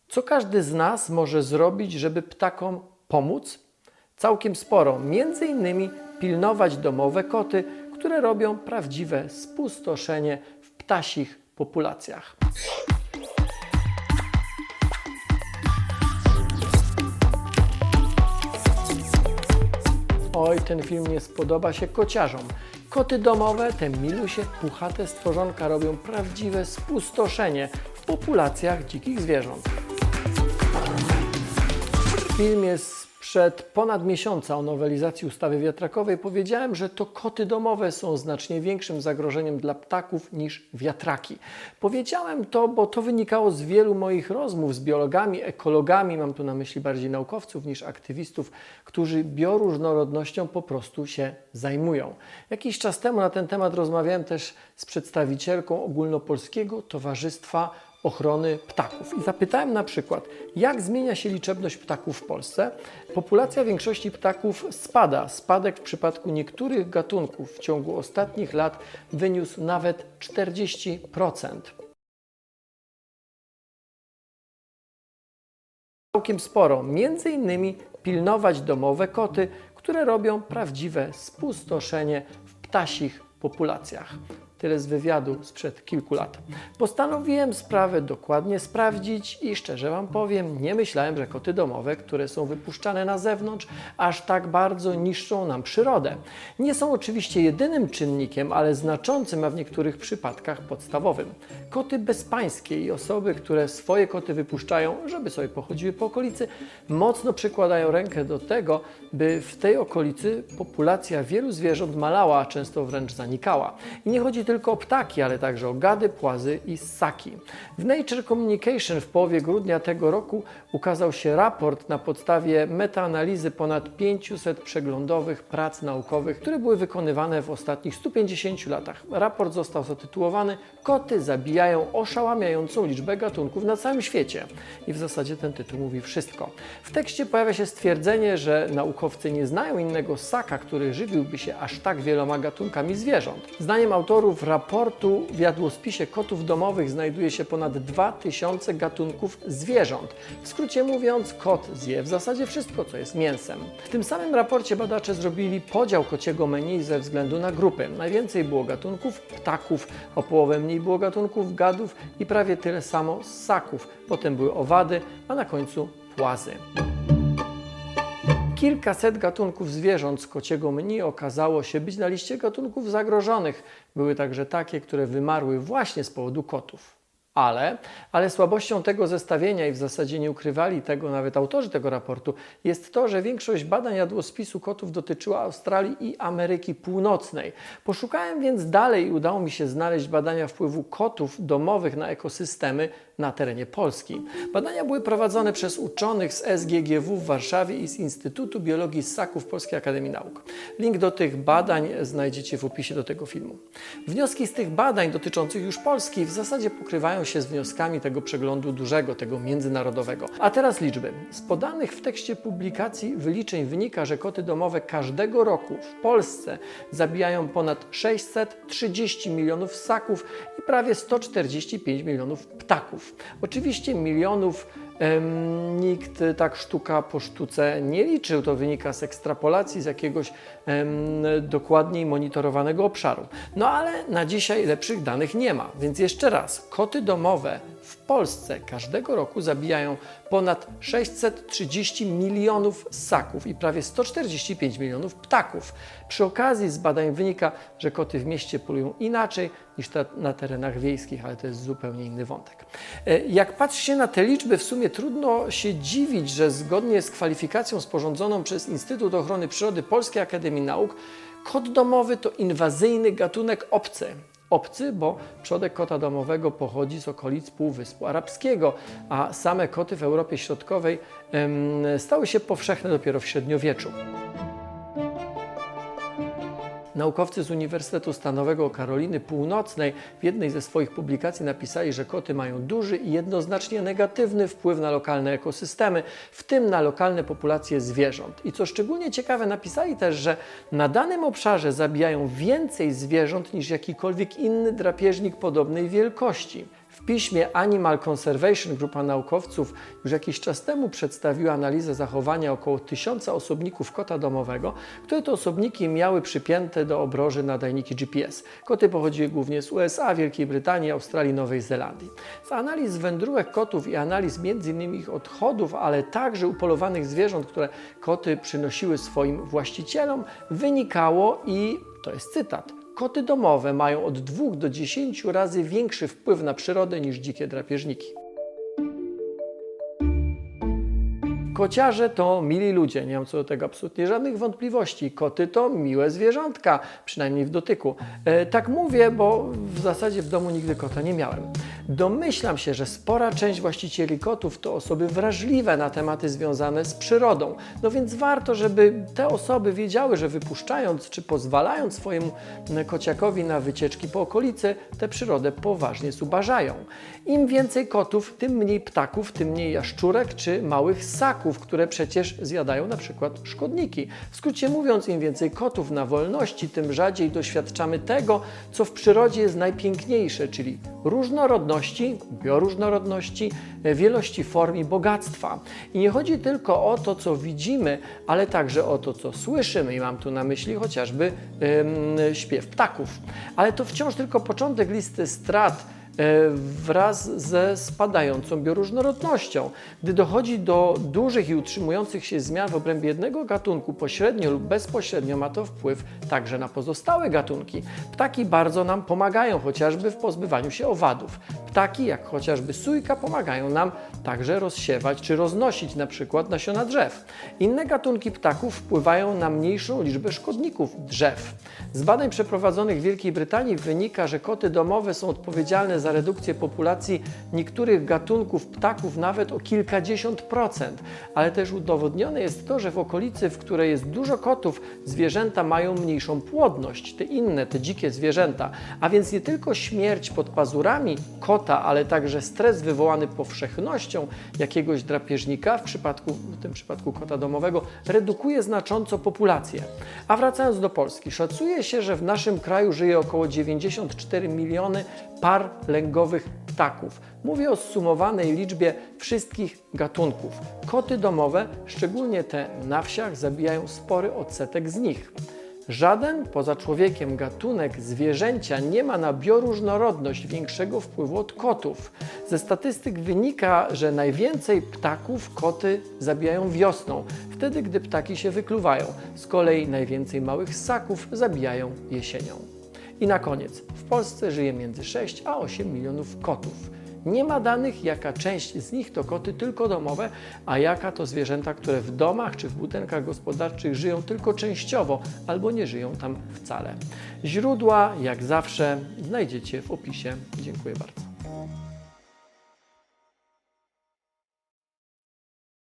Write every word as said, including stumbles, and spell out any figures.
Co każdy z nas może zrobić, żeby ptakom pomóc? Całkiem sporo. Między innymi pilnować domowe koty, które robią prawdziwe spustoszenie w ptasich populacjach. Oj, ten film nie spodoba się kociarzom. Koty domowe, te milusie, puchate stworzonka robią prawdziwe spustoszenie w populacjach dzikich zwierząt. W filmie sprzed ponad miesiąca o nowelizacji ustawy wiatrakowej powiedziałem, że to koty domowe są znacznie większym zagrożeniem dla ptaków niż wiatraki. Powiedziałem to, bo to wynikało z wielu moich rozmów z biologami, ekologami, mam tu na myśli bardziej naukowców niż aktywistów, którzy bioróżnorodnością po prostu się zajmują. Jakiś czas temu na ten temat rozmawiałem też z przedstawicielką Ogólnopolskiego Towarzystwa Ochrony Ptaków i zapytałem na przykład, jak zmienia się liczebność ptaków w Polsce. Populacja większości ptaków spada. Spadek w przypadku niektórych gatunków w ciągu ostatnich lat wyniósł nawet czterdzieści procent. Całkiem sporo. Między innymi pilnować domowe koty, które robią prawdziwe spustoszenie w ptasich populacjach. Tyle z wywiadu sprzed kilku lat. Postanowiłem sprawę dokładnie sprawdzić i szczerze Wam powiem, nie myślałem, że koty domowe, które są wypuszczane na zewnątrz, aż tak bardzo niszczą nam przyrodę. Nie są oczywiście jedynym czynnikiem, ale znaczącym, a w niektórych przypadkach podstawowym. Koty bezpańskie i osoby, które swoje koty wypuszczają, żeby sobie pochodziły po okolicy, mocno przykładają rękę do tego, by w tej okolicy populacja wielu zwierząt malała, a często wręcz zanikała. I nie chodzi tylko o ptaki, ale także o gady, płazy i ssaki. W Nature Communication w połowie grudnia tego roku ukazał się raport na podstawie metaanalizy ponad pięciuset przeglądowych prac naukowych, które były wykonywane w ostatnich stu pięćdziesięciu latach. Raport został zatytułowany "Koty zabijają oszałamiającą liczbę gatunków na całym świecie". I w zasadzie ten tytuł mówi wszystko. W tekście pojawia się stwierdzenie, że naukowcy nie znają innego ssaka, który żywiłby się aż tak wieloma gatunkami zwierząt. Zdaniem autorów raportu w jadłospisie kotów domowych znajduje się ponad dwa tysiące gatunków zwierząt. W skrócie mówiąc, kot zje w zasadzie wszystko, co jest mięsem. W tym samym raporcie badacze zrobili podział kociego menu ze względu na grupy. Najwięcej było gatunków ptaków, o połowę mniej było gatunków gadów i prawie tyle samo ssaków. Potem były owady, a na końcu płazy. Kilkaset gatunków zwierząt z kociego menu okazało się być na liście gatunków zagrożonych. Były także takie, które wymarły właśnie z powodu kotów. Ale, ale słabością tego zestawienia, i w zasadzie nie ukrywali tego nawet autorzy tego raportu, jest to, że większość badań jadłospisu kotów dotyczyła Australii i Ameryki Północnej. Poszukałem więc dalej i udało mi się znaleźć badania wpływu kotów domowych na ekosystemy na terenie Polski. Badania były prowadzone przez uczonych z S G G W w Warszawie i z Instytutu Biologii Ssaków Polskiej Akademii Nauk. Link do tych badań znajdziecie w opisie do tego filmu. Wnioski z tych badań dotyczących już Polski w zasadzie pokrywają się z wnioskami tego przeglądu dużego, tego międzynarodowego. A teraz liczby. Z podanych w tekście publikacji wyliczeń wynika, że koty domowe każdego roku w Polsce zabijają ponad sześćset trzydzieści milionów ssaków i prawie sto czterdzieści pięć milionów ptaków. Oczywiście milionów em, nikt tak sztuka po sztuce nie liczył. To wynika z ekstrapolacji z jakiegoś em, dokładniej monitorowanego obszaru. No ale na dzisiaj lepszych danych nie ma. Więc jeszcze raz, koty domowe w Polsce każdego roku zabijają ponad sześćset trzydzieści milionów ssaków i prawie sto czterdzieści pięć milionów ptaków. Przy okazji z badań wynika, że koty w mieście polują inaczej niż na terenach wiejskich, ale to jest zupełnie inny wątek. Jak patrzy się na te liczby, w sumie trudno się dziwić, że zgodnie z kwalifikacją sporządzoną przez Instytut Ochrony Przyrody Polskiej Akademii Nauk, kot domowy to inwazyjny gatunek obcy. Obcy, bo przodek kota domowego pochodzi z okolic Półwyspu Arabskiego, a same koty w Europie Środkowej em, stały się powszechne dopiero w średniowieczu. Naukowcy z Uniwersytetu Stanowego Karoliny Północnej w jednej ze swoich publikacji napisali, że koty mają duży i jednoznacznie negatywny wpływ na lokalne ekosystemy, w tym na lokalne populacje zwierząt. I co szczególnie ciekawe, napisali też, że na danym obszarze zabijają więcej zwierząt niż jakikolwiek inny drapieżnik podobnej wielkości. W piśmie Animal Conservation grupa naukowców już jakiś czas temu przedstawiła analizę zachowania około tysiąca osobników kota domowego, które to osobniki miały przypięte do obroży nadajniki G P S. Koty pochodziły głównie z U S A, Wielkiej Brytanii, Australii, Nowej Zelandii. Z analiz wędrówek kotów i analiz między innymi ich odchodów, ale także upolowanych zwierząt, które koty przynosiły swoim właścicielom, wynikało i, to jest cytat, koty domowe mają od dwóch do dziesięciu razy większy wpływ na przyrodę niż dzikie drapieżniki. Kociarze to mili ludzie, nie mam co do tego absolutnie żadnych wątpliwości. Koty to miłe zwierzątka, przynajmniej w dotyku. E, tak mówię, bo w zasadzie w domu nigdy kota nie miałem. Domyślam się, że spora część właścicieli kotów to osoby wrażliwe na tematy związane z przyrodą. No więc warto, żeby te osoby wiedziały, że wypuszczając czy pozwalając swojemu kociakowi na wycieczki po okolicy, tę przyrodę poważnie zubażają. Im więcej kotów, tym mniej ptaków, tym mniej jaszczurek czy małych ssaków, które przecież zjadają na przykład szkodniki. W skrócie mówiąc, im więcej kotów na wolności, tym rzadziej doświadczamy tego, co w przyrodzie jest najpiękniejsze, czyli różnorodności, bioróżnorodności, wielości form i bogactwa. I nie chodzi tylko o to, co widzimy, ale także o to, co słyszymy. I mam tu na myśli chociażby ym, śpiew ptaków. Ale to wciąż tylko początek listy strat wraz ze spadającą bioróżnorodnością. Gdy dochodzi do dużych i utrzymujących się zmian w obrębie jednego gatunku, pośrednio lub bezpośrednio ma to wpływ także na pozostałe gatunki. Ptaki bardzo nam pomagają, chociażby w pozbywaniu się owadów. Ptaki, jak chociażby sójka, pomagają nam także rozsiewać czy roznosić na przykład nasiona drzew. Inne gatunki ptaków wpływają na mniejszą liczbę szkodników drzew. Z badań przeprowadzonych w Wielkiej Brytanii wynika, że koty domowe są odpowiedzialne za redukcję populacji niektórych gatunków ptaków nawet o kilkadziesiąt procent. Ale też udowodnione jest to, że w okolicy, w której jest dużo kotów, zwierzęta mają mniejszą płodność, te inne, te dzikie zwierzęta. A więc nie tylko śmierć pod pazurami kota, ale także stres wywołany powszechnością jakiegoś drapieżnika, w, przypadku, w tym przypadku kota domowego, redukuje znacząco populację. A wracając do Polski, szacuje się, że w naszym kraju żyje około dziewięćdziesiąt cztery miliony par lęgowych ptaków. Mówię o zsumowanej liczbie wszystkich gatunków. Koty domowe, szczególnie te na wsiach, zabijają spory odsetek z nich. Żaden poza człowiekiem gatunek zwierzęcia nie ma na bioróżnorodność większego wpływu od kotów. Ze statystyk wynika, że najwięcej ptaków koty zabijają wiosną, wtedy gdy ptaki się wykluwają. Z kolei najwięcej małych ssaków zabijają jesienią. I na koniec, w Polsce żyje między sześć a osiem milionów kotów. Nie ma danych, jaka część z nich to koty tylko domowe, a jaka to zwierzęta, które w domach czy w budynkach gospodarczych żyją tylko częściowo albo nie żyją tam wcale. Źródła, jak zawsze, znajdziecie w opisie. Dziękuję bardzo.